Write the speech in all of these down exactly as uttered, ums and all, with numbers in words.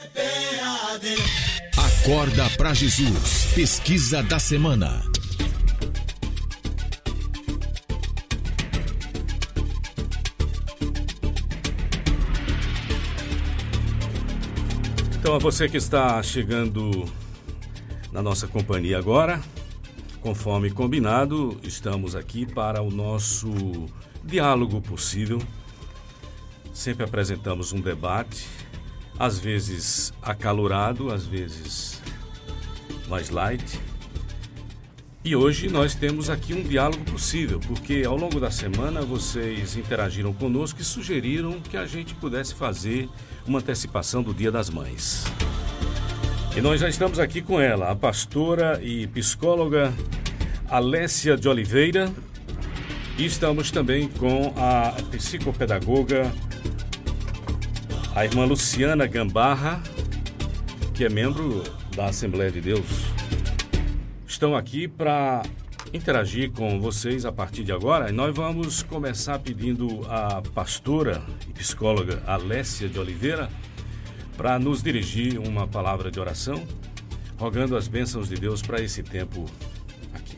Acorda pra Jesus. Pesquisa da semana. Então, a você que está chegando na nossa companhia agora, conforme combinado, estamos aqui para o nosso diálogo possível. Sempre apresentamos um debate, às vezes acalorado, às vezes mais light. E hoje nós temos aqui um diálogo possível, porque ao longo da semana vocês interagiram conosco e sugeriram que a gente pudesse fazer uma antecipação do Dia das Mães. E nós já estamos aqui com ela, a pastora e psicóloga Alessia de Oliveira, e estamos também com a psicopedagoga, a irmã Luciana Gambarra, que é membro da Assembleia de Deus. Estão aqui para interagir com vocês a partir de agora, e nós vamos começar pedindo à pastora e psicóloga Alessia de Oliveira para nos dirigir uma palavra de oração, rogando as bênçãos de Deus para esse tempo aqui.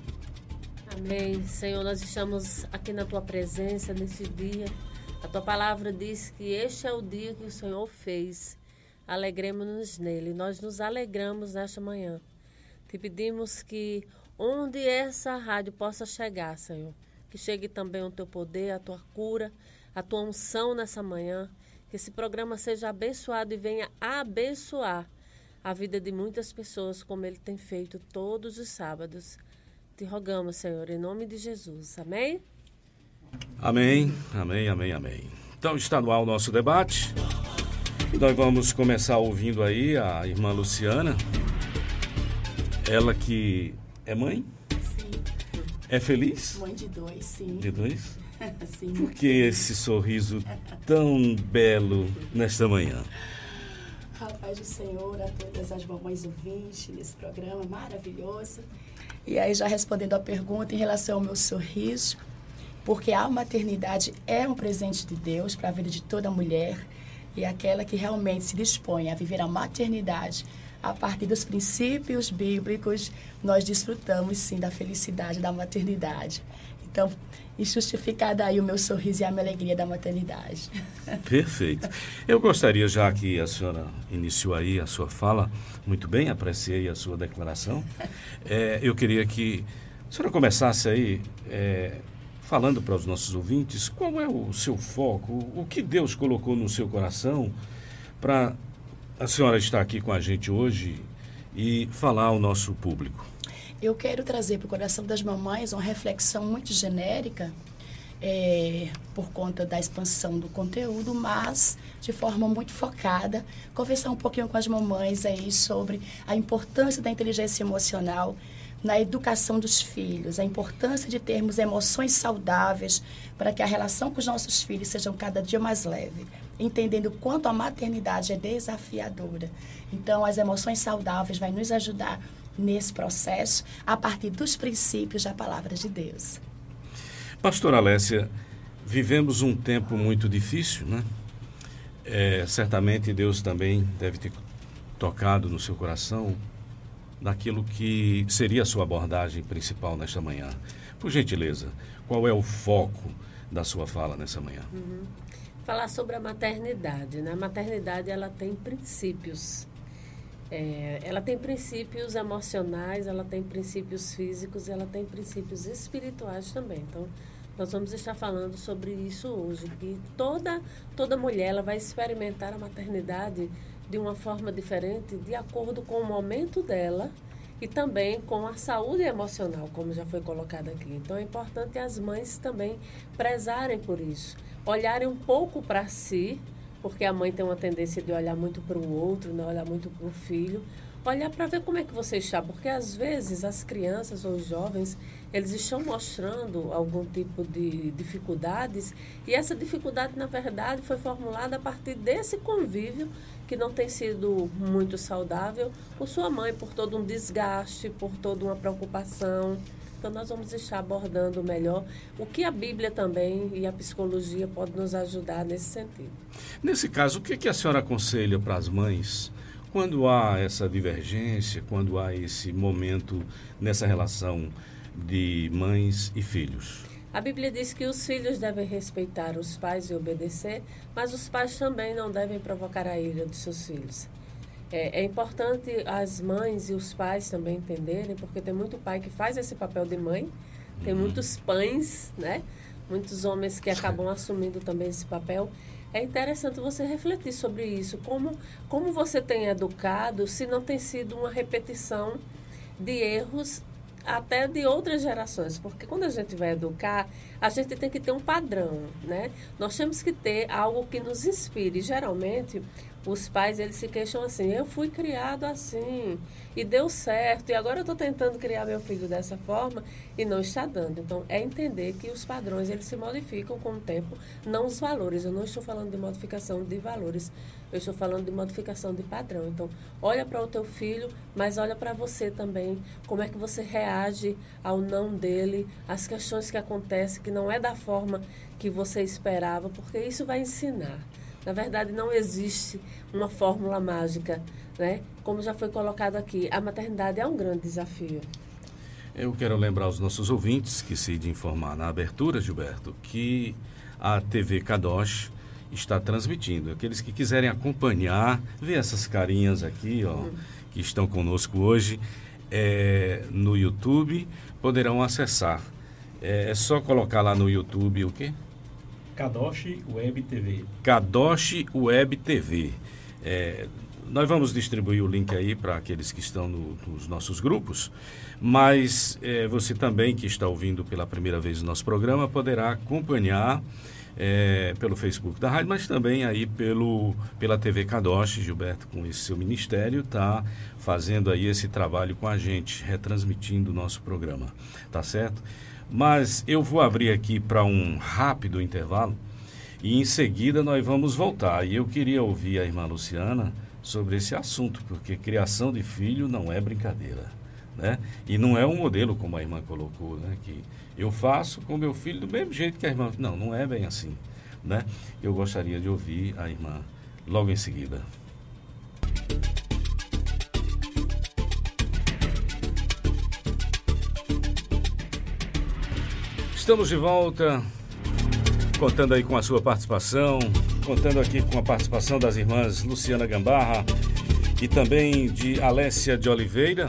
Amém. Senhor, nós estamos aqui na Tua presença nesse dia. A Tua palavra diz que este é o dia que o Senhor fez. Alegremos-nos nele. Nós nos alegramos nesta manhã. Te pedimos que onde essa rádio possa chegar, Senhor, que chegue também o Teu poder, a Tua cura, a Tua unção nessa manhã, que esse programa seja abençoado e venha abençoar a vida de muitas pessoas, como Ele tem feito todos os sábados. Te rogamos, Senhor, em nome de Jesus. Amém? Amém, amém, amém, amém. Então está no ar o nosso debate. E nós vamos começar ouvindo aí a irmã Luciana. Ela que é mãe? Sim. É feliz? Mãe de dois, sim. De dois? Sim. Por que esse sorriso tão belo nesta manhã? A paz do Senhor a todas as mamães ouvintes nesse programa maravilhoso. E aí, já respondendo a pergunta em relação ao meu sorriso, porque a maternidade é um presente de Deus para a vida de toda mulher, e aquela que realmente se dispõe a viver a maternidade a partir dos princípios bíblicos, nós desfrutamos sim da felicidade da maternidade. Então, e justificar daí o meu sorriso e a minha alegria da maternidade. Perfeito. Eu gostaria, já que a senhora iniciou aí a sua fala, muito bem, apreciei a sua declaração, é, eu queria que a senhora começasse aí é, falando para os nossos ouvintes qual é o seu foco, o que Deus colocou no seu coração para a senhora estar aqui com a gente hoje e falar ao nosso público. Eu quero trazer para o coração das mamães uma reflexão muito genérica, é, por conta da expansão do conteúdo, mas de forma muito focada, conversar um pouquinho com as mamães aí sobre a importância da inteligência emocional na educação dos filhos, a importância de termos emoções saudáveis para que a relação com os nossos filhos seja cada dia mais leve, entendendo o quanto a maternidade é desafiadora. Então, as emoções saudáveis vão nos ajudar nesse processo, a partir dos princípios da palavra de Deus. Pastora Alessia, vivemos um tempo muito difícil, né? É, certamente Deus também deve ter tocado no seu coração daquilo que seria a sua abordagem principal nesta manhã. Por gentileza, qual é o foco da sua fala nessa manhã? Uhum. Falar sobre a maternidade, né? A maternidade, ela tem princípios. É, ela tem princípios emocionais, ela tem princípios físicos, ela tem princípios espirituais também. Então, nós vamos estar falando sobre isso hoje, que toda, toda mulher ela vai experimentar a maternidade de uma forma diferente, de acordo com o momento dela e também com a saúde emocional, como já foi colocado aqui. Então, é importante as mães também prezarem por isso, olharem um pouco para si, porque a mãe tem uma tendência de olhar muito para o outro, não olhar muito para o filho, olhar para ver como é que você está, porque às vezes as crianças ou os jovens, eles estão mostrando algum tipo de dificuldades, e essa dificuldade, na verdade, foi formulada a partir desse convívio que não tem sido muito saudável por sua mãe, por todo um desgaste, por toda uma preocupação, Então, nós vamos estar abordando melhor o que a Bíblia também e a psicologia pode nos ajudar nesse sentido. Nesse caso, o que, que a senhora aconselha para as mães quando há essa divergência, quando há esse momento nessa relação de mães e filhos? A Bíblia diz que os filhos devem respeitar os pais e obedecer, mas os pais também não devem provocar a ira dos seus filhos. É, é importante as mães e os pais também entenderem, porque tem muito pai que faz esse papel de mãe, tem muitos pães, né? Muitos homens que acabam assumindo também esse papel. É interessante você refletir sobre isso, como, como você tem educado, se não tem sido uma repetição de erros até de outras gerações, porque quando a gente vai educar, a gente tem que ter um padrão, né? Nós temos que ter algo que nos inspire. Geralmente, os pais, eles se queixam assim, eu fui criado assim, e deu certo, e agora eu estou tentando criar meu filho dessa forma, e não está dando. Então, é entender que os padrões, eles se modificam com o tempo, não os valores. Eu não estou falando de modificação de valores, eu estou falando de modificação de padrão. Então, olha para o teu filho, mas olha para você também, como é que você reage ao não dele, às questões que acontecem, que não é da forma que você esperava, porque isso vai ensinar. Na verdade, não existe uma fórmula mágica, né? Como já foi colocado aqui, a maternidade é um grande desafio. Eu quero lembrar aos nossos ouvintes, que se de informar na abertura, Gilberto, que a T V Kadosh está transmitindo. Aqueles que quiserem acompanhar, ver essas carinhas aqui, ó, uhum. que estão conosco hoje, é, no YouTube, poderão acessar. É, é só colocar lá no YouTube o quê? Kadosh Web T V. Kadosh Web T V. É, nós vamos distribuir o link aí para aqueles que estão no, nos nossos grupos, mas é, você também que está ouvindo pela primeira vez o nosso programa poderá acompanhar é, pelo Facebook da rádio, mas também aí pelo, pela T V Kadosh. Gilberto, com esse seu ministério, está fazendo aí esse trabalho com a gente, retransmitindo o nosso programa, tá certo? Mas eu vou abrir aqui para um rápido intervalo e em seguida nós vamos voltar. E eu queria ouvir a irmã Luciana sobre esse assunto, porque criação de filho não é brincadeira, né? E não é um modelo como a irmã colocou, né? Que eu faço com meu filho do mesmo jeito que a irmã. Não, não é bem assim, né? Eu gostaria de ouvir a irmã logo em seguida. Estamos de volta, contando aí com a sua participação, contando aqui com a participação das irmãs Luciana Gambarra e também de Alessia de Oliveira.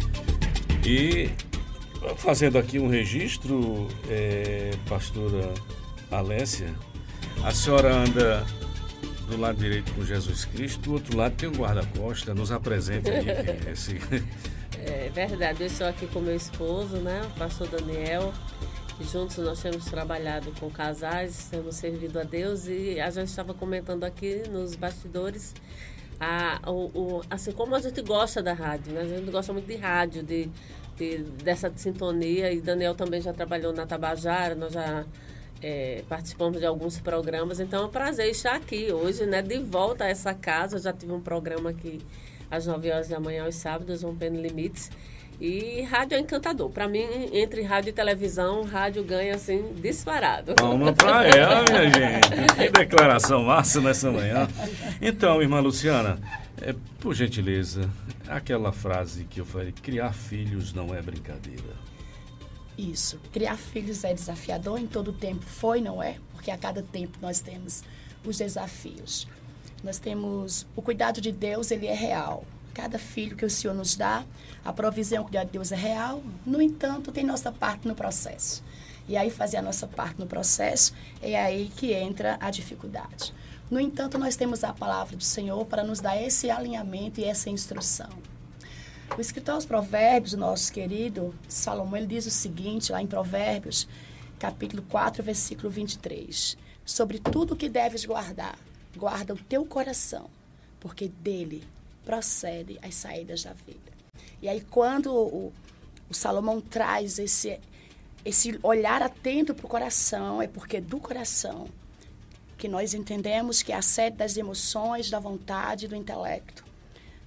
E fazendo aqui um registro, é, pastora Alessia, a senhora anda do lado direito com Jesus Cristo, do outro lado tem um guarda-costas, nos apresenta aí esse... É verdade, eu estou aqui com meu esposo, né, o pastor Daniel. Juntos nós temos trabalhado com casais, temos servido a Deus e a gente estava comentando aqui nos bastidores, a, o, o, assim como a gente gosta da rádio, né? A gente gosta muito de rádio, de, de, dessa sintonia, e Daniel também já trabalhou na Tabajara, nós já é, participamos de alguns programas, então é um prazer estar aqui hoje, né? De volta a essa casa. Eu já tive um programa aqui às nove horas da manhã aos sábados, Rompendo Limites. E rádio é encantador. Para mim, entre rádio e televisão, rádio ganha, assim, disparado. Palma para ela, minha gente. Que declaração massa nessa manhã. Então, irmã Luciana, é, por gentileza, aquela frase que eu falei, criar filhos não é brincadeira. Isso. Criar filhos é desafiador, em todo tempo foi, não é? Porque a cada tempo nós temos os desafios. Nós temos o cuidado de Deus, ele é real. Cada filho que o Senhor nos dá, a provisão que de Deus é real. No entanto, tem nossa parte no processo. E aí, fazer a nossa parte no processo, é aí que entra a dificuldade. No entanto, nós temos a palavra do Senhor para nos dar esse alinhamento e essa instrução. O escritor aos Provérbios, o nosso querido Salomão, ele diz o seguinte, lá em Provérbios, capítulo quatro, versículo vinte e três. Sobre tudo que deves guardar, guarda o teu coração, porque dele procede as saídas da vida. E aí, quando o, o Salomão traz esse, esse olhar atento para o coração, é porque do coração que nós entendemos que é a sede das emoções, da vontade e do intelecto.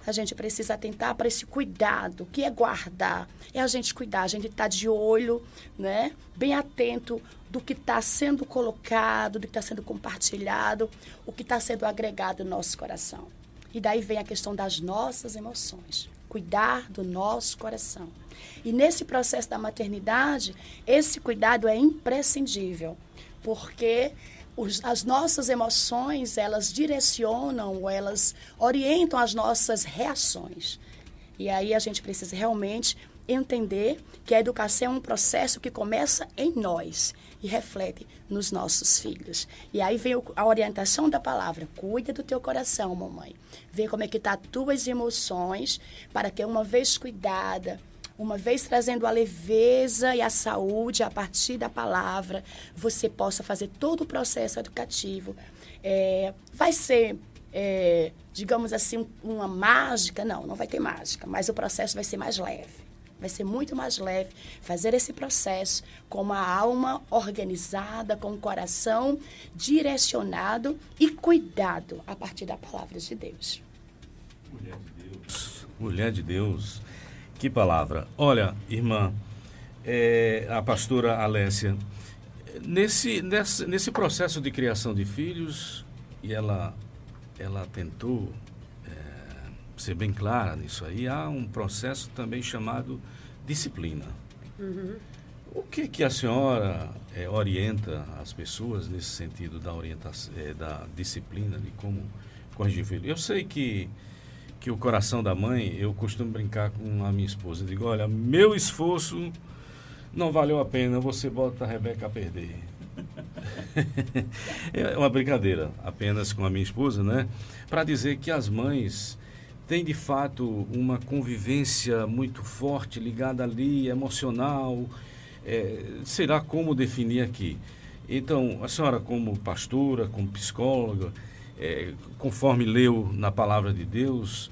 a gente precisa atentar para esse cuidado, que é guardar, é a gente cuidar, a gente estar tá de olho, né? Bem atento do que está sendo colocado, do que está sendo compartilhado, o que está sendo agregado no nosso coração. E daí vem a questão das nossas emoções, cuidar do nosso coração. E nesse processo da maternidade, esse cuidado é imprescindível, porque Os, as nossas emoções, elas direcionam, elas orientam as nossas reações. E aí a gente precisa realmente entender que a educação é um processo que começa em nós e reflete nos nossos filhos. E aí vem o, a orientação da palavra, cuida do teu coração, mamãe. Vê como é que estão as tuas emoções, para que uma vez cuidada, uma vez trazendo a leveza e a saúde a partir da palavra, você possa fazer todo o processo educativo. É, vai ser, é, digamos assim, uma mágica? Não, não vai ter mágica, mas o processo vai ser mais leve. Vai ser muito mais leve fazer esse processo com uma alma organizada, com o coração direcionado e cuidado a partir da palavra de Deus. Mulher de Deus. Mulher de Deus. Que palavra. Olha, irmã, é, a pastora Alessia, nesse, nesse, nesse processo de criação de filhos, e ela, ela tentou é, ser bem clara nisso aí, há um processo também chamado disciplina. Uhum. O que, que a senhora é, orienta as pessoas nesse sentido da, orientação, é, da disciplina, de como corrigir filho? Eu sei que que o coração da mãe, eu costumo brincar com a minha esposa. Eu digo, olha, meu esforço não valeu a pena, você bota a Rebeca a perder. É uma brincadeira, apenas com a minha esposa, né? Para dizer que as mães têm, de fato, uma convivência muito forte, ligada ali, emocional. É, será como definir aqui? Então, a senhora como pastora, como psicóloga, É, conforme leu na palavra de Deus,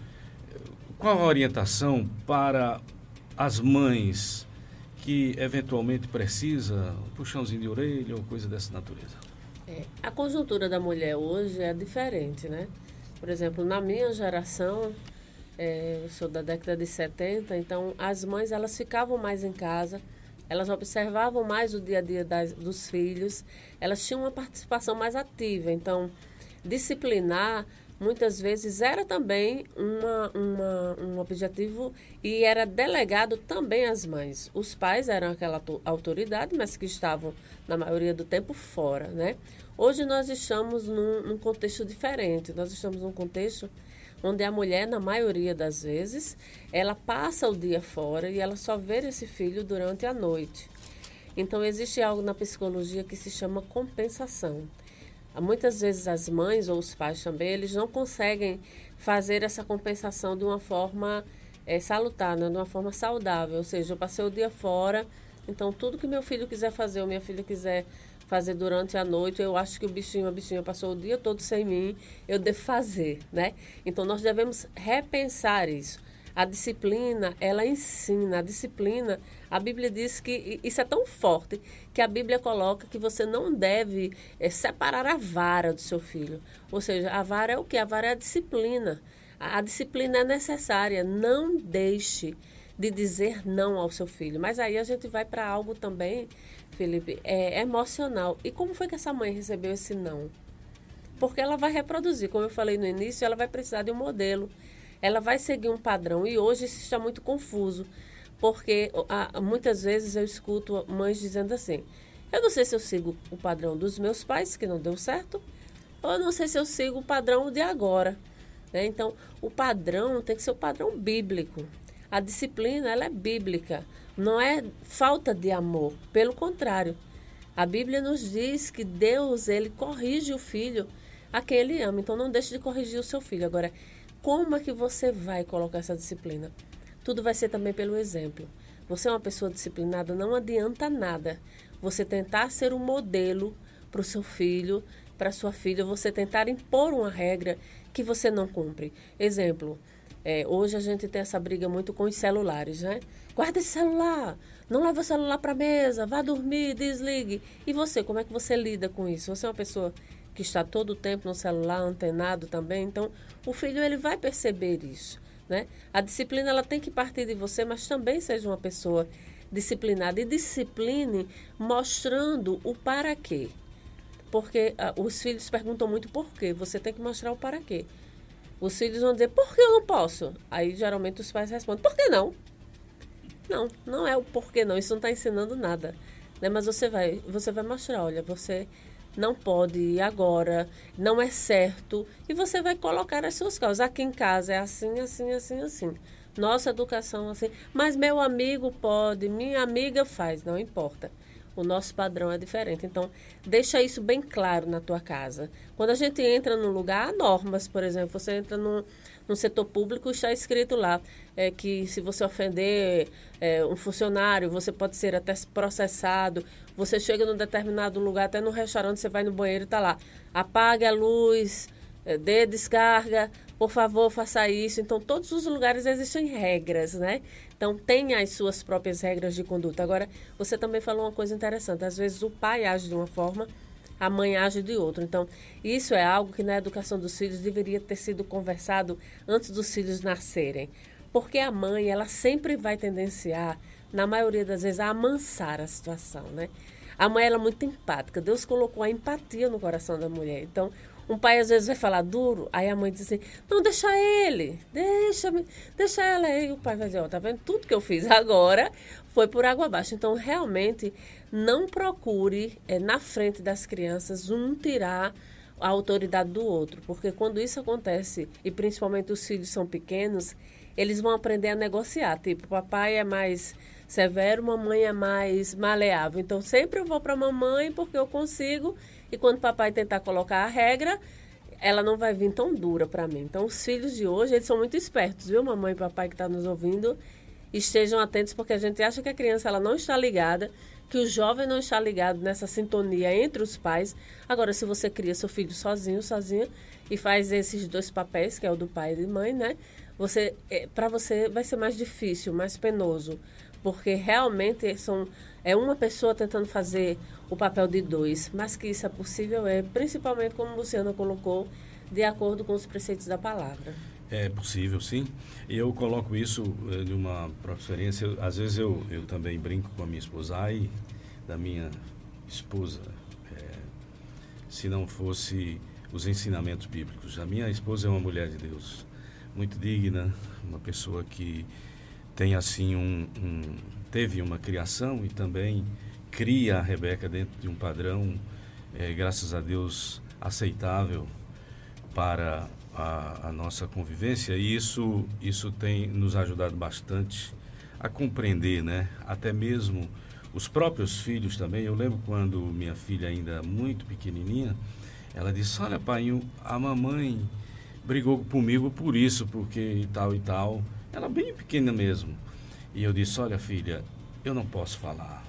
qual a orientação para as mães que eventualmente precisa um puxãozinho de orelha ou coisa dessa natureza? É, a conjuntura da mulher hoje é diferente, né? Por exemplo, na minha geração, é, eu sou da década de setenta, então as mães elas ficavam mais em casa, elas observavam mais o dia a dia das, dos filhos, elas tinham uma participação mais ativa, então disciplinar, muitas vezes, era também uma, uma, um objetivo e era delegado também às mães. Os pais eram aquela autoridade, mas que estavam, na maioria do tempo, fora, né? Hoje nós estamos num, num contexto diferente. Nós estamos num contexto onde a mulher, na maioria das vezes, ela passa o dia fora e ela só vê esse filho durante a noite. Então, existe algo na psicologia que se chama compensação. Muitas vezes as mães ou os pais também, eles não conseguem fazer essa compensação de uma forma é, salutar, né? De uma forma saudável. Ou seja, eu passei o dia fora, então tudo que meu filho quiser fazer ou minha filha quiser fazer durante a noite, eu acho que o bichinho, a bichinha passou o dia todo sem mim, eu devo fazer, né? Então nós devemos repensar isso. A disciplina, ela ensina, a disciplina, a Bíblia diz que isso é tão forte que a Bíblia coloca que você não deve é, separar a vara do seu filho. Ou seja, a vara é o quê? A vara é a disciplina. A, a disciplina é necessária. Não deixe de dizer não ao seu filho. Mas aí a gente vai para algo também, Felipe, é, emocional. E como foi que essa mãe recebeu esse não? Porque ela vai reproduzir, como eu falei no início, ela vai precisar de um modelo. Ela vai seguir um padrão e hoje isso está muito confuso, porque a, muitas vezes eu escuto mães dizendo assim, eu não sei se eu sigo o padrão dos meus pais, que não deu certo, ou eu não sei se eu sigo o padrão de agora, né? Então, o padrão tem que ser o padrão bíblico. A disciplina, ela é bíblica, não é falta de amor, pelo contrário. A Bíblia nos diz que Deus, ele corrige o filho a quem ele ama, então não deixe de corrigir o seu filho. Agora, como é que você vai colocar essa disciplina? Tudo vai ser também pelo exemplo. Você é uma pessoa disciplinada, não adianta nada você tentar ser um modelo para o seu filho, para a sua filha, você tentar impor uma regra que você não cumpre. Exemplo, é, hoje a gente tem essa briga muito com os celulares, né? Guarda esse celular, não leva o celular para a mesa, vá dormir, desligue. E você, como é que você lida com isso? Você é uma pessoa que está todo o tempo no celular, antenado também, então o filho ele vai perceber isso, né? A disciplina ela tem que partir de você, mas também seja uma pessoa disciplinada. E discipline mostrando o para quê. Porque ah, os filhos perguntam muito por quê. Você tem que mostrar o para quê. Os filhos vão dizer, por que eu não posso? Aí, geralmente, os pais respondem, por que não? Não, não é o porquê não. Isso não está ensinando nada. Né? Mas você vai, você vai mostrar, olha, você não pode ir agora, não é certo. E você vai colocar as suas causas. Aqui em casa é assim, assim, assim, assim. Nossa educação assim. Mas meu amigo pode, minha amiga faz, não importa. O nosso padrão é diferente. Então, deixa isso bem claro na tua casa. Quando a gente entra num lugar, há normas, por exemplo. Você entra num, num setor público, está escrito lá é, que se você ofender é, um funcionário, você pode ser até processado. Você chega num determinado lugar, até no restaurante, você vai no banheiro e está lá. Apague a luz, é, dê descarga, por favor, faça isso. Então, todos os lugares existem regras, né? Então, tem as suas próprias regras de conduta. Agora, você também falou uma coisa interessante. Às vezes, o pai age de uma forma, a mãe age de outra. Então, isso é algo que na educação dos filhos deveria ter sido conversado antes dos filhos nascerem. Porque a mãe, ela sempre vai tendenciar, na maioria das vezes, a amansar a situação, né? A mãe, ela é muito empática. Deus colocou a empatia no coração da mulher. Então, um pai às vezes vai falar duro, aí a mãe diz assim, não, deixa ele, deixa, deixa ela aí. E o pai vai dizer, ó, tá vendo? Tudo que eu fiz agora foi por água abaixo. Então, realmente, não procure, é, na frente das crianças, um tirar a autoridade do outro. Porque quando isso acontece, e principalmente os filhos são pequenos, eles vão aprender a negociar. Tipo, papai é mais severo, mamãe é mais maleável. Então, sempre eu vou para a mamãe porque eu consigo. E quando o papai tentar colocar a regra, ela não vai vir tão dura para mim. Então, os filhos de hoje, eles são muito espertos, viu, mamãe e papai que estão nos ouvindo? Estejam atentos, porque a gente acha que a criança ela não está ligada, que o jovem não está ligado nessa sintonia entre os pais. Agora, se você cria seu filho sozinho, sozinha, e faz esses dois papéis, que é o do pai e de mãe, né? Você, é, para você vai ser mais difícil, mais penoso, porque realmente são, é uma pessoa tentando fazer o papel de dois, mas que isso é possível, é principalmente, como a Luciana colocou, de acordo com os preceitos da palavra. É possível, sim. E eu coloco isso eh, de uma própria experiência. Eu, às vezes eu, eu também brinco com a minha esposa, ai, da minha esposa, é, se não fosse os ensinamentos bíblicos. A minha esposa é uma mulher de Deus, muito digna, uma pessoa que tem assim um, um teve uma criação e também cria a Rebeca dentro de um padrão, é, graças a Deus, aceitável para a, a nossa convivência, e isso, isso tem nos ajudado bastante a compreender, né? Até mesmo os próprios filhos também. Eu lembro quando minha filha ainda muito pequenininha, ela disse, olha, pai, a mamãe brigou comigo por isso, porque e tal e tal. Ela bem pequena mesmo. E eu disse, olha, filha, eu não posso falar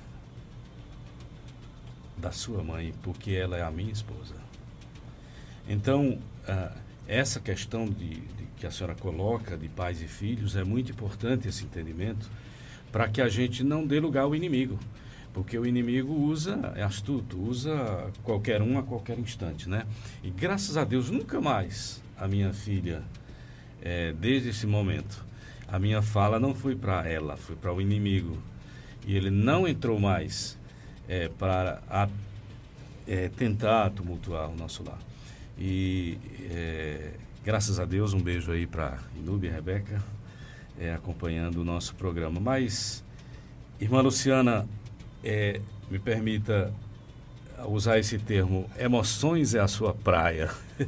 da sua mãe, porque ela é a minha esposa. Então, uh, essa questão de, de que a senhora coloca de pais e filhos, é muito importante esse entendimento, para que a gente não dê lugar ao inimigo. Porque o inimigo usa, é astuto, usa qualquer um a qualquer instante, né? E graças a Deus, nunca mais a minha filha, é, desde esse momento, a minha fala não foi para ela, foi para o inimigo. E ele não entrou mais é, para a, é, tentar tumultuar o nosso lar. E é, graças a Deus, um beijo aí para Inúbia e Rebeca, é, acompanhando o nosso programa. Mas, irmã Luciana, é, me permita usar esse termo, emoções é a sua praia.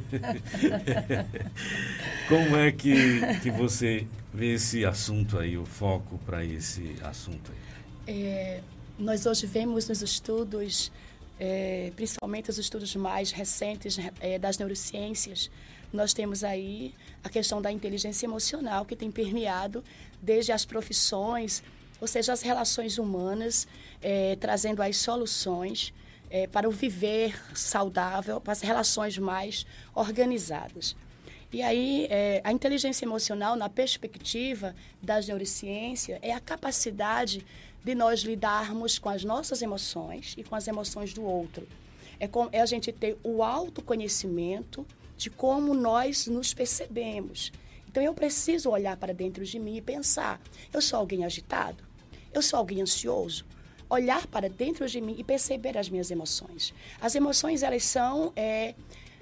Como é que, que você vê esse assunto aí, o foco para esse assunto aí? É, nós hoje vemos nos estudos, é, principalmente os estudos mais recentes é, das neurociências, nós temos aí a questão da inteligência emocional que tem permeado desde as profissões, ou seja, as relações humanas, é, trazendo as soluções é, para o viver saudável, para as relações mais organizadas. E aí, é, a inteligência emocional, na perspectiva das neurociências, é a capacidade de nós lidarmos com as nossas emoções e com as emoções do outro. É, com, é a gente ter o autoconhecimento de como nós nos percebemos. Então, eu preciso olhar para dentro de mim e pensar, eu sou alguém agitado? Eu sou alguém ansioso? Olhar para dentro de mim e perceber as minhas emoções. As emoções, elas são é,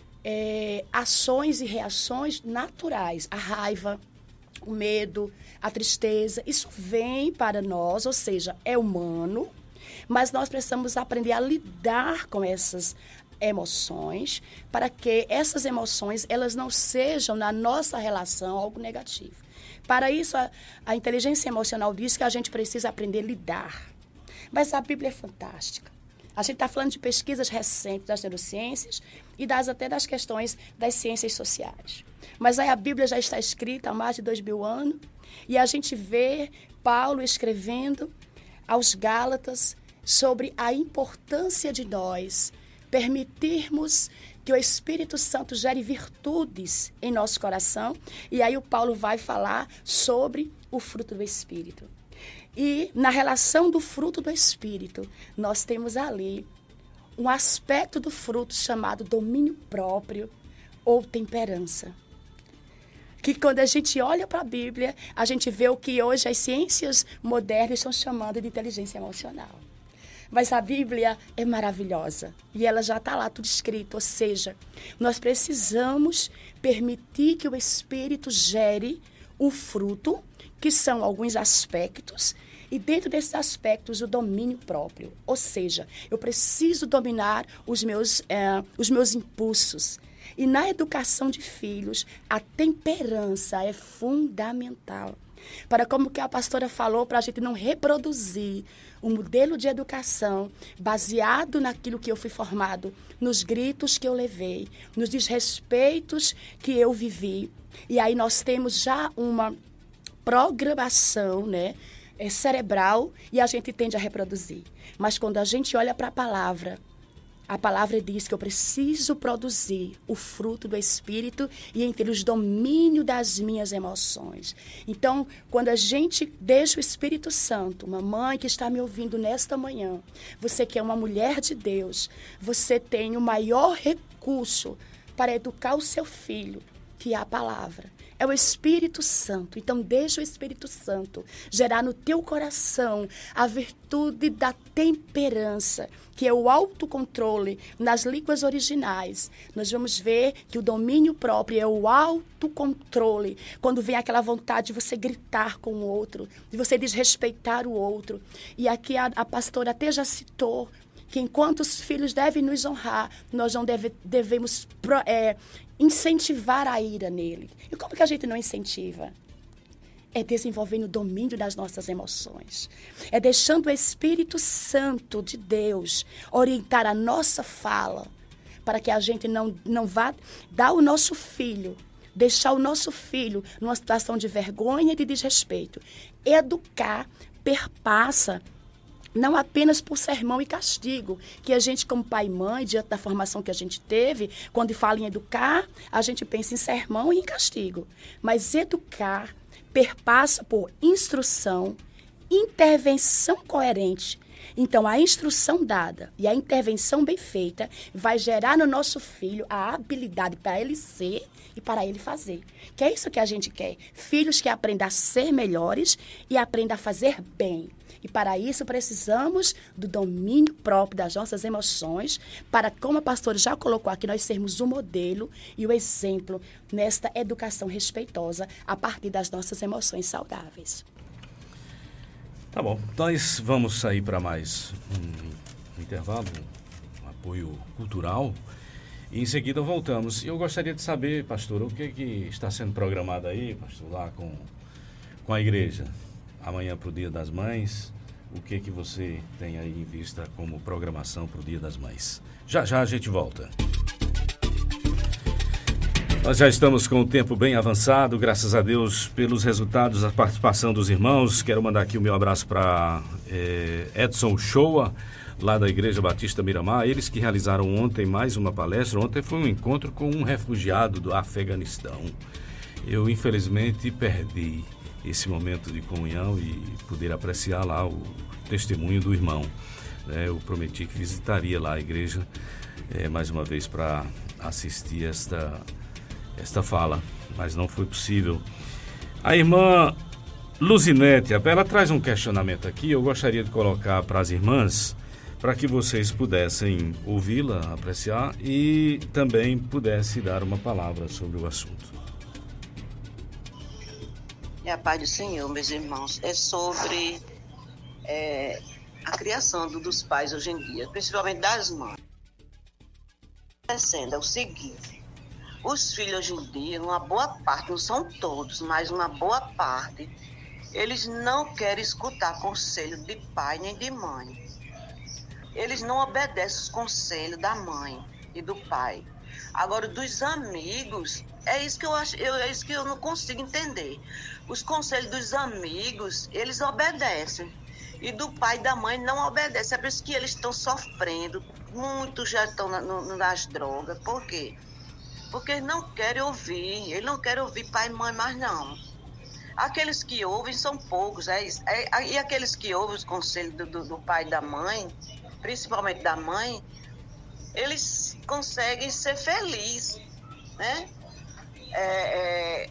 é, ações e reações naturais. A raiva, o medo, a tristeza, isso vem para nós, ou seja, é humano, mas nós precisamos aprender a lidar com essas emoções, para que essas emoções elas não sejam na nossa relação algo negativo. Para isso, a, a inteligência emocional diz que a gente precisa aprender a lidar. Mas a Bíblia é fantástica. A gente está falando de pesquisas recentes das neurociências e das, até das questões das ciências sociais. Mas aí a Bíblia já está escrita há mais de dois mil anos e a gente vê Paulo escrevendo aos Gálatas sobre a importância de nós permitirmos que o Espírito Santo gere virtudes em nosso coração. E aí o Paulo vai falar sobre o fruto do Espírito. E na relação do fruto do Espírito, nós temos ali um aspecto do fruto chamado domínio próprio ou temperança. Que quando a gente olha para a Bíblia, a gente vê o que hoje as ciências modernas estão chamando de inteligência emocional. Mas a Bíblia é maravilhosa e ela já está lá tudo escrito. Ou seja, nós precisamos permitir que o Espírito gere o fruto, que são alguns aspectos, e dentro desses aspectos o domínio próprio. Ou seja, eu preciso dominar os meus, é, os meus impulsos. E na educação de filhos, a temperança é fundamental. Para, como que a pastora falou, para a gente não reproduzir um modelo de educação baseado naquilo que eu fui formado, nos gritos que eu levei, nos desrespeitos que eu vivi. E aí nós temos já uma programação, né, é, cerebral e a gente tende a reproduzir. Mas quando a gente olha para a palavra, a palavra diz que eu preciso produzir o fruto do Espírito e entre os domínios das minhas emoções. Então, quando a gente deixa o Espírito Santo, uma mãe que está me ouvindo nesta manhã, você que é uma mulher de Deus, você tem o maior recurso para educar o seu filho, que é a palavra. É o Espírito Santo. Então, deixa o Espírito Santo gerar no teu coração a virtude da temperança, que é o autocontrole. Nas línguas originais, nós vamos ver que o domínio próprio é o autocontrole. Quando vem aquela vontade de você gritar com o outro, de você desrespeitar o outro. E aqui a, a pastora até já citou que enquanto os filhos devem nos honrar, nós não deve, devemos é, incentivar a ira nele. E como que a gente não incentiva? É desenvolvendo o domínio das nossas emoções. É deixando o Espírito Santo de Deus orientar a nossa fala, para que a gente não, não vá dar o nosso filho, deixar o nosso filho numa situação de vergonha e de desrespeito. Educar perpassa não apenas por sermão e castigo, que a gente, como pai e mãe, diante da formação que a gente teve, quando fala em educar, a gente pensa em sermão e em castigo. Mas educar perpassa por instrução, intervenção coerente. Então, a instrução dada e a intervenção bem feita vai gerar no nosso filho a habilidade para ele ser e para ele fazer. Que é isso que a gente quer. Filhos que aprendam a ser melhores e aprendam a fazer bem. E para isso precisamos do domínio próprio das nossas emoções, para, como a pastora já colocou aqui, nós sermos o modelo e o exemplo nesta educação respeitosa a partir das nossas emoções saudáveis. Tá bom, nós vamos sair para mais um intervalo, um apoio cultural, e em seguida voltamos. Eu gostaria de saber, pastor, o que, que está sendo programado aí, pastor, lá com, com a igreja? Amanhã para o Dia das Mães, o que que você tem aí em vista como programação para o Dia das Mães? Já já a gente volta. Nós já estamos com o tempo bem avançado, graças a Deus pelos resultados da participação dos irmãos. Quero mandar aqui o meu abraço para é, Edson Shoa, lá da Igreja Batista Miramar. Eles que realizaram ontem mais uma palestra. Ontem foi um encontro com um refugiado do Afeganistão. Eu, infelizmente, perdi esse momento de comunhão e poder apreciar lá o testemunho do irmão. É, eu prometi que visitaria lá a igreja é, mais uma vez para assistir esta, esta fala, mas não foi possível. A irmã Luzinete, ela traz um questionamento aqui, eu gostaria de colocar para as irmãs, para que vocês pudessem ouvi-la, apreciar e também pudessem dar uma palavra sobre o assunto. É a paz do Senhor, meus irmãos. É sobre é, a criação do, dos pais hoje em dia, principalmente das mães. É o seguinte, os filhos hoje em dia, uma boa parte, não são todos, mas uma boa parte, eles não querem escutar conselho de pai nem de mãe. Eles não obedecem os conselhos da mãe e do pai. Agora, dos amigos, é isso que eu acho, eu, é isso que eu não consigo entender. Os conselhos dos amigos, eles obedecem. E do pai e da mãe não obedecem. É por isso que eles estão sofrendo. Muitos já estão na, no, nas drogas. Por quê? Porque eles não querem ouvir. Eles não querem ouvir pai e mãe mais não. Aqueles que ouvem são poucos. É, é, e aqueles que ouvem os conselhos do, do, do pai e da mãe, principalmente da mãe, eles conseguem ser felizes, né? É,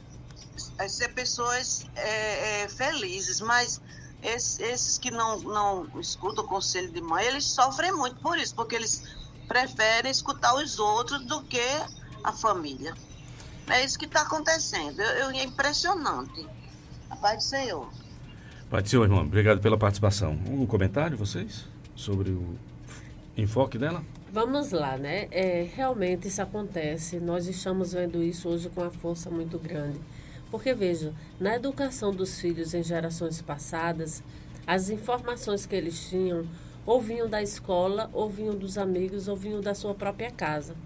é, ser pessoas é, é, felizes, mas esses, esses que não, não escutam o conselho de mãe, eles sofrem muito por isso, porque eles preferem escutar os outros do que a família. É isso que está acontecendo. Eu, eu, é impressionante. A paz do Senhor. Pai do Senhor, irmão, obrigado pela participação. Um comentário, vocês, sobre o enfoque dela? Vamos lá, né? É, realmente isso acontece. Nós estamos vendo isso hoje com uma força muito grande. Porque, veja, na educação dos filhos em gerações passadas, as informações que eles tinham ou vinham da escola, ou vinham dos amigos, ou vinham da sua própria casa.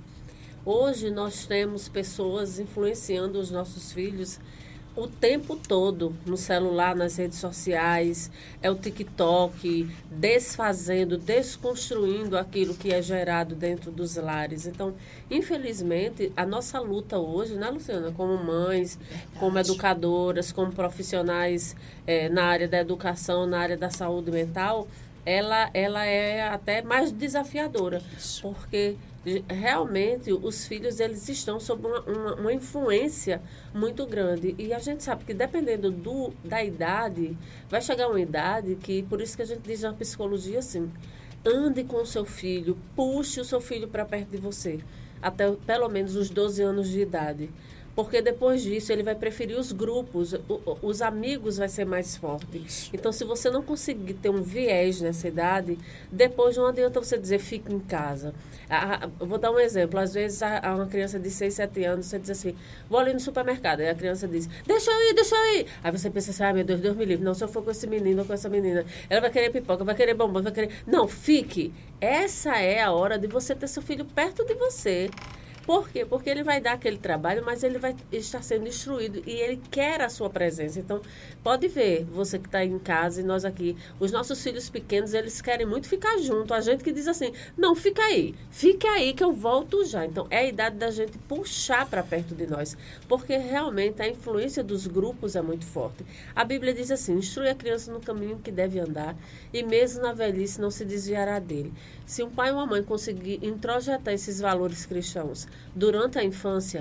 Hoje nós temos pessoas influenciando os nossos filhos o tempo todo, no celular, nas redes sociais, é o TikTok, desfazendo, desconstruindo aquilo que é gerado dentro dos lares. Então, infelizmente, a nossa luta hoje, né, Luciana, como mães, Verdade. como educadoras, como profissionais é, na área da educação, na área da saúde mental, ela, ela é até mais desafiadora, Isso. porque realmente os filhos eles estão sob uma, uma, uma influência muito grande e a gente sabe que dependendo do, da idade, vai chegar uma idade que, por isso que a gente diz na psicologia assim, ande com o seu filho, puxe o seu filho para perto de você, até pelo menos os doze anos de idade. Porque depois disso ele vai preferir os grupos, o, os amigos vai ser mais forte. Isso. Então, se você não conseguir ter um viés nessa idade, depois não adianta você dizer fique em casa. Ah, eu vou dar um exemplo. Às vezes, a, uma criança de seis, sete anos, você diz assim, vou ali no supermercado. Aí a criança diz, deixa eu ir, deixa eu ir. Aí você pensa assim, ah, meu Deus, Deus me livre. Não, se eu for com esse menino ou com essa menina, ela vai querer pipoca, vai querer bombom, vai querer... Não, fique. Essa é a hora de você ter seu filho perto de você. Por quê? Porque ele vai dar aquele trabalho, mas ele vai estar sendo instruído e ele quer a sua presença. Então, pode ver, você que está em casa e nós aqui, os nossos filhos pequenos, eles querem muito ficar junto. A gente que diz assim, não, fica aí, fica aí que eu volto já. Então, é a idade da gente puxar para perto de nós, porque realmente a influência dos grupos é muito forte. A Bíblia diz assim, instrui a criança no caminho que deve andar e mesmo na velhice não se desviará dele. Se um pai ou uma mãe conseguir introjetar esses valores cristãos durante a infância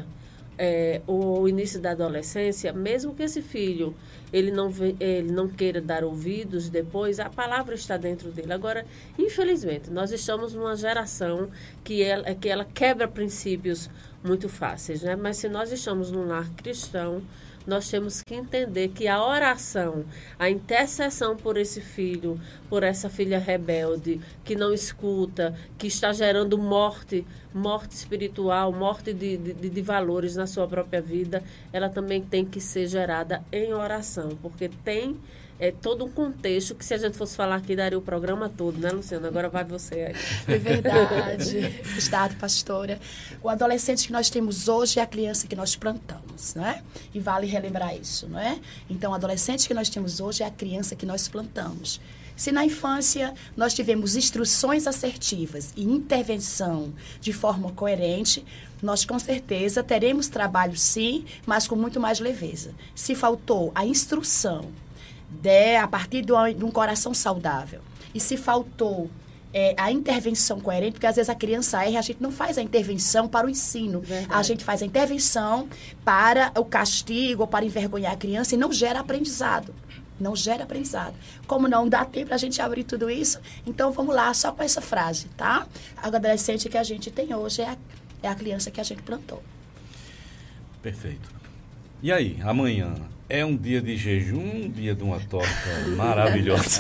é, ou o início da adolescência, mesmo que esse filho ele não, ele não queira dar ouvidos depois, a palavra está dentro dele. Agora, infelizmente, nós estamos numa geração que ela, que ela quebra princípios muito fáceis, né? Mas se nós estamos num lar cristão, nós temos que entender que a oração, a intercessão por esse filho, por essa filha rebelde, que não escuta, que está gerando morte, morte espiritual, morte de, de, de valores na sua própria vida, ela também tem que ser gerada em oração, porque tem é, todo um contexto que se a gente fosse falar aqui daria o programa todo, né, Luciana? Agora vai você aí. É verdade, Estado, pastora. O adolescente que nós temos hoje é a criança que nós plantamos, né? E vale relembrar isso, não é? Então, o adolescente que nós temos hoje é a criança que nós plantamos. Se na infância nós tivemos instruções assertivas e intervenção de forma coerente, nós com certeza teremos trabalho sim, mas com muito mais leveza. Se faltou a instrução de, a partir de um coração saudável, e se faltou é, a intervenção coerente, porque às vezes a criança erra, a gente não faz a intervenção para o ensino. Verdade. A gente faz a intervenção para o castigo ou para envergonhar a criança e não gera aprendizado. Não gera aprendizado. Como não dá tempo a gente abrir tudo isso, então vamos lá, só com essa frase, tá? A adolescente que a gente tem hoje é a, é a criança que a gente plantou. Perfeito. E aí, amanhã é um dia de jejum, um dia de uma torta maravilhosa?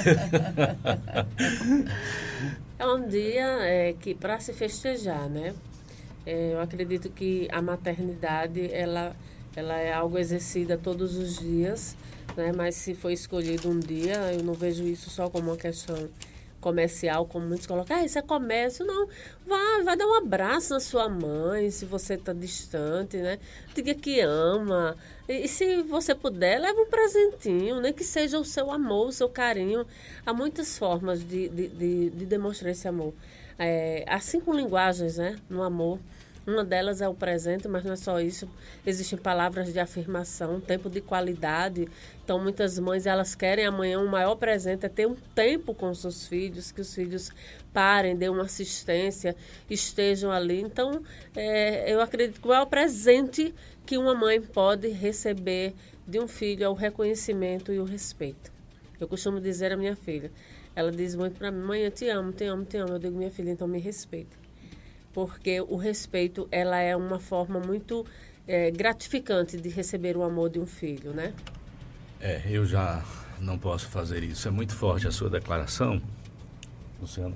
É um dia é, que para se festejar, né? É, eu acredito que a maternidade, ela, ela é algo exercida todos os dias, né? Mas se for escolhido um dia, eu não vejo isso só como uma questão comercial, como muitos colocam, ah, isso é comércio. Não, vai, vai dar um abraço na sua mãe, se você está distante, né? Diga que ama. E, e se você puder, leva um presentinho, nem que seja o seu amor, o seu carinho. Há muitas formas de, de, de, de demonstrar esse amor. É, há cinco linguagens, né, no amor. Uma delas é o presente, mas não é só isso. Existem palavras de afirmação, tempo de qualidade. Então, muitas mães, elas querem amanhã um maior presente, é ter um tempo com os seus filhos, que os filhos parem, dêem uma assistência, estejam ali. Então, é, eu acredito que o maior presente que uma mãe pode receber de um filho é o reconhecimento e o respeito. Eu costumo dizer à minha filha, ela diz muito para mim, mãe, eu te amo, te amo, te amo. Eu digo, minha filha, então me respeita. Porque o respeito, ela é uma forma muito é, gratificante de receber o amor de um filho, né? É, eu já não posso fazer isso. É muito forte a sua declaração, Luciana.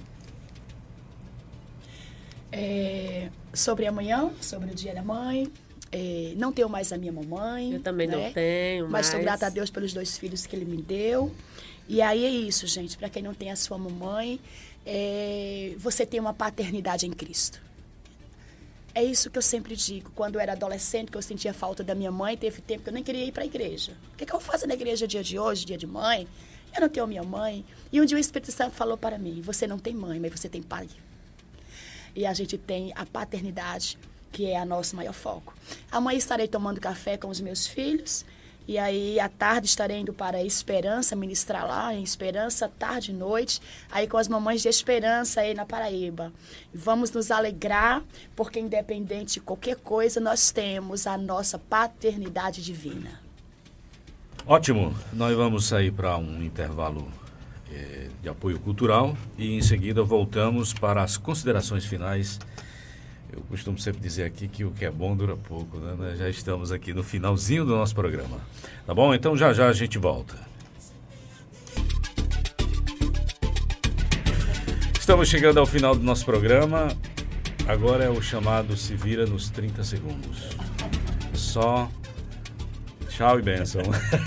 É, sobre amanhã, sobre o dia da mãe, é, não tenho mais a minha mamãe. Eu também né? não tenho mais. Mas sou grata a Deus pelos dois filhos que Ele me deu. E aí é isso, gente. Para quem não tem a sua mamãe, é, você tem uma paternidade em Cristo. É isso que eu sempre digo. Quando eu era adolescente, que eu sentia falta da minha mãe, teve tempo que eu nem queria ir para a igreja. O que, que eu vou fazer na igreja dia de hoje, dia de mãe? Eu não tenho minha mãe. E um dia o Espírito Santo falou para mim, você não tem mãe, mas você tem pai. E a gente tem a paternidade, que é a nosso maior foco. Amanhã estarei tomando café com os meus filhos. E aí, à tarde, estarei indo para a Esperança, ministrar lá em Esperança, tarde e noite, aí com as mamães de Esperança aí na Paraíba. Vamos nos alegrar, porque independente de qualquer coisa, nós temos a nossa paternidade divina. Ótimo. Nós vamos sair para um intervalo eh, de apoio cultural e, em seguida, voltamos para as considerações finais. Eu costumo sempre dizer aqui que o que é bom dura pouco, né? Nós já estamos aqui no finalzinho do nosso programa. Tá bom? Então já já a gente volta. Estamos chegando ao final do nosso programa. Agora é o chamado Se Vira nos trinta segundos. Só tchau e bênção.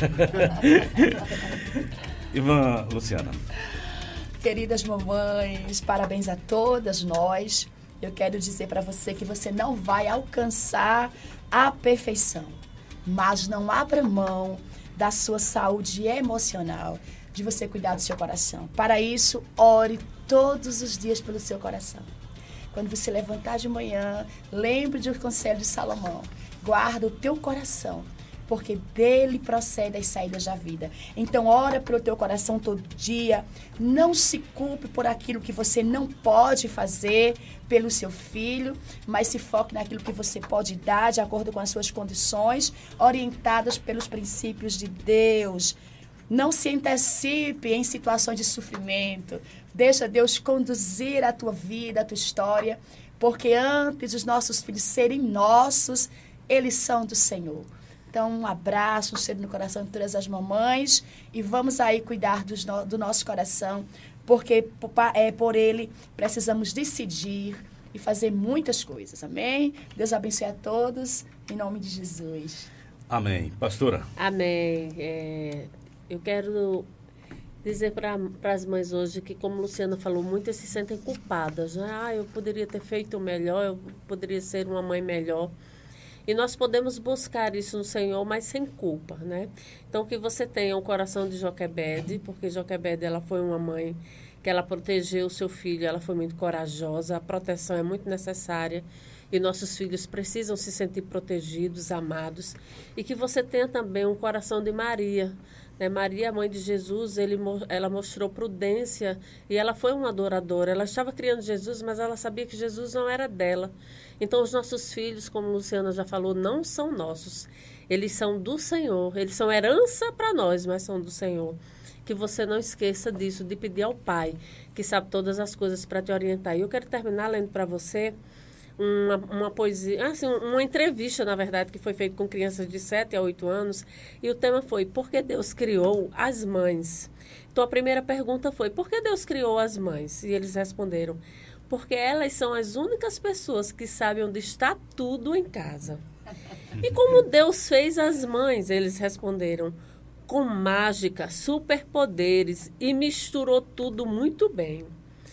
Ivan, Luciana. Queridas mamães, parabéns a todas nós. Eu quero dizer para você que você não vai alcançar a perfeição, mas não abra mão da sua saúde emocional, de você cuidar do seu coração. Para isso, ore todos os dias pelo seu coração. Quando você levantar de manhã, lembre do conselho de Salomão. Guarda o teu coração, porque dele procede as saídas da vida. Então, ora pelo teu coração todo dia. Não se culpe por aquilo que você não pode fazer pelo seu filho, mas se foque naquilo que você pode dar de acordo com as suas condições, orientadas pelos princípios de Deus. Não se antecipe em situações de sofrimento. Deixa Deus conduzir a tua vida, a tua história, porque antes dos nossos filhos serem nossos, eles são do Senhor. Então, um abraço, um cheiro no coração de todas as mamães e vamos aí cuidar dos no, do nosso coração, porque é, por ele precisamos decidir e fazer muitas coisas. Amém? Deus abençoe a todos, em nome de Jesus. Amém. Pastora? Amém. É, eu quero dizer para as mães hoje que, como Luciana falou, muitas se sentem culpadas. Né? Ah, eu poderia ter feito melhor, eu poderia ser uma mãe melhor. E nós podemos buscar isso no Senhor, mas sem culpa, né? Então, que você tenha um coração de Joquebede, porque Joquebede, ela foi uma mãe que ela protegeu o seu filho, ela foi muito corajosa, a proteção é muito necessária e nossos filhos precisam se sentir protegidos, amados. E que você tenha também um coração de Maria, Né? Maria, mãe de Jesus, ele, ela mostrou prudência e ela foi uma adoradora. Ela estava criando Jesus, mas ela sabia que Jesus não era dela. Então, os nossos filhos, como a Luciana já falou, não são nossos. Eles são do Senhor. Eles são herança para nós, mas são do Senhor. Que você não esqueça disso, de pedir ao Pai, que sabe todas as coisas para te orientar. E eu quero terminar lendo para você uma, uma poesia, assim, uma entrevista, na verdade, que foi feita com crianças de sete a oito anos. E o tema foi, por que Deus criou as mães? Então, a primeira pergunta foi, por que Deus criou as mães? E eles responderam, porque elas são as únicas pessoas que sabem onde está tudo em casa. E como Deus fez as mães? Eles responderam, com mágica, superpoderes e misturou tudo muito bem.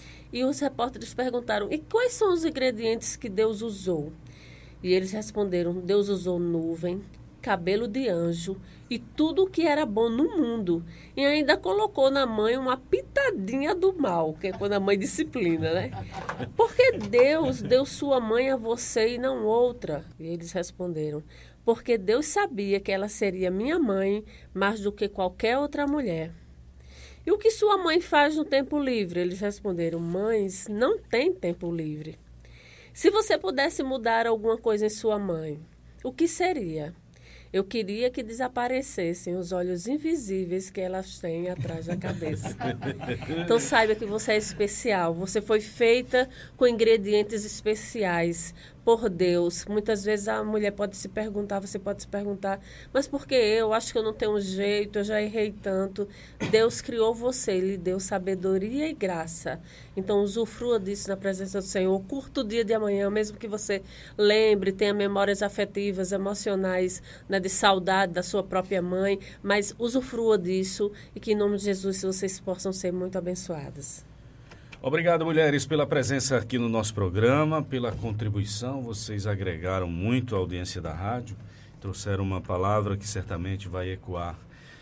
E os repórteres perguntaram, e quais são os ingredientes que Deus usou? E eles responderam, Deus usou nuvem, cabelo de anjo e tudo o que era bom no mundo. E ainda colocou na mãe uma pitadinha do mal, que é quando a mãe disciplina, né? Porque Deus deu sua mãe a você e não outra? E eles responderam, porque Deus sabia que ela seria minha mãe mais do que qualquer outra mulher. E o que sua mãe faz no tempo livre? Eles responderam, mães não têm tempo livre. Se você pudesse mudar alguma coisa em sua mãe, o que seria? Eu queria que desaparecessem os olhos invisíveis que elas têm atrás da cabeça. Então saiba que você é especial. Você foi feita com ingredientes especiais por Deus. Muitas vezes a mulher pode se perguntar, você pode se perguntar, mas por que eu? Acho que eu não tenho um jeito, eu já errei tanto. Deus criou você, Ele deu sabedoria e graça. Então usufrua disso na presença do Senhor. Curta o dia de amanhã, mesmo que você lembre, tenha memórias afetivas, emocionais, né, de saudade da sua própria mãe, mas usufrua disso e que em nome de Jesus vocês possam ser muito abençoadas. Obrigado, mulheres, pela presença aqui no nosso programa, pela contribuição. Vocês agregaram muito à audiência da rádio, trouxeram uma palavra que certamente vai ecoar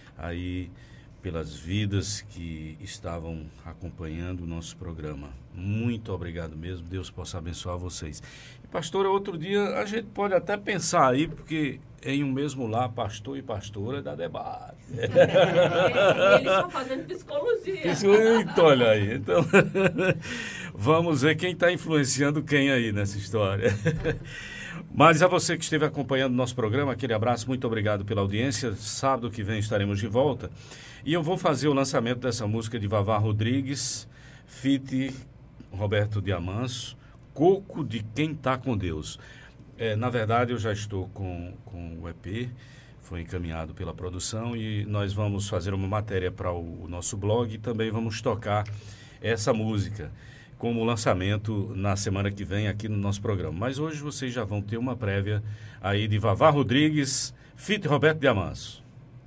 aí pelas vidas que estavam acompanhando o nosso programa. Muito obrigado mesmo, Deus possa abençoar vocês. E, pastora, outro dia a gente pode até pensar aí, porque em um mesmo lar, pastor e pastora dá debate. Eles estão fazendo psicologia. Então, olha aí. Então, vamos ver quem está influenciando quem aí nessa história. Mas a você que esteve acompanhando o nosso programa, aquele abraço, muito obrigado pela audiência. Sábado que vem estaremos de volta. E eu vou fazer o lançamento dessa música de Vavá Rodrigues, feat. Roberto Diamanso, Coco de Quem Tá com Deus. É, na verdade, eu já estou com, com o E P, foi encaminhado pela produção e nós vamos fazer uma matéria para o, o nosso blog e também vamos tocar essa música como lançamento na semana que vem aqui no nosso programa. Mas hoje vocês já vão ter uma prévia aí de Vavá Rodrigues, feat. Roberto Diamanso.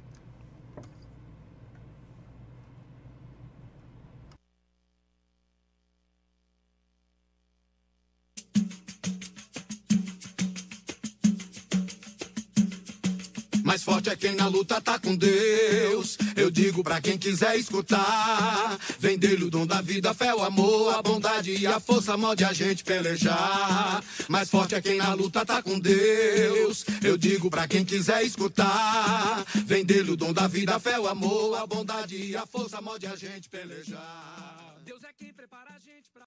Mais forte é quem na luta tá com Deus. Eu digo pra quem quiser escutar. Vem dele o dom da vida, a fé, o amor, a bondade e a força molde a gente pelejar. Mais forte é quem na luta tá com Deus. Eu digo pra quem quiser escutar. Vem dele o dom da vida, a fé, o amor, a bondade e a força molde a gente pelejar. Deus é quem prepara a gente pra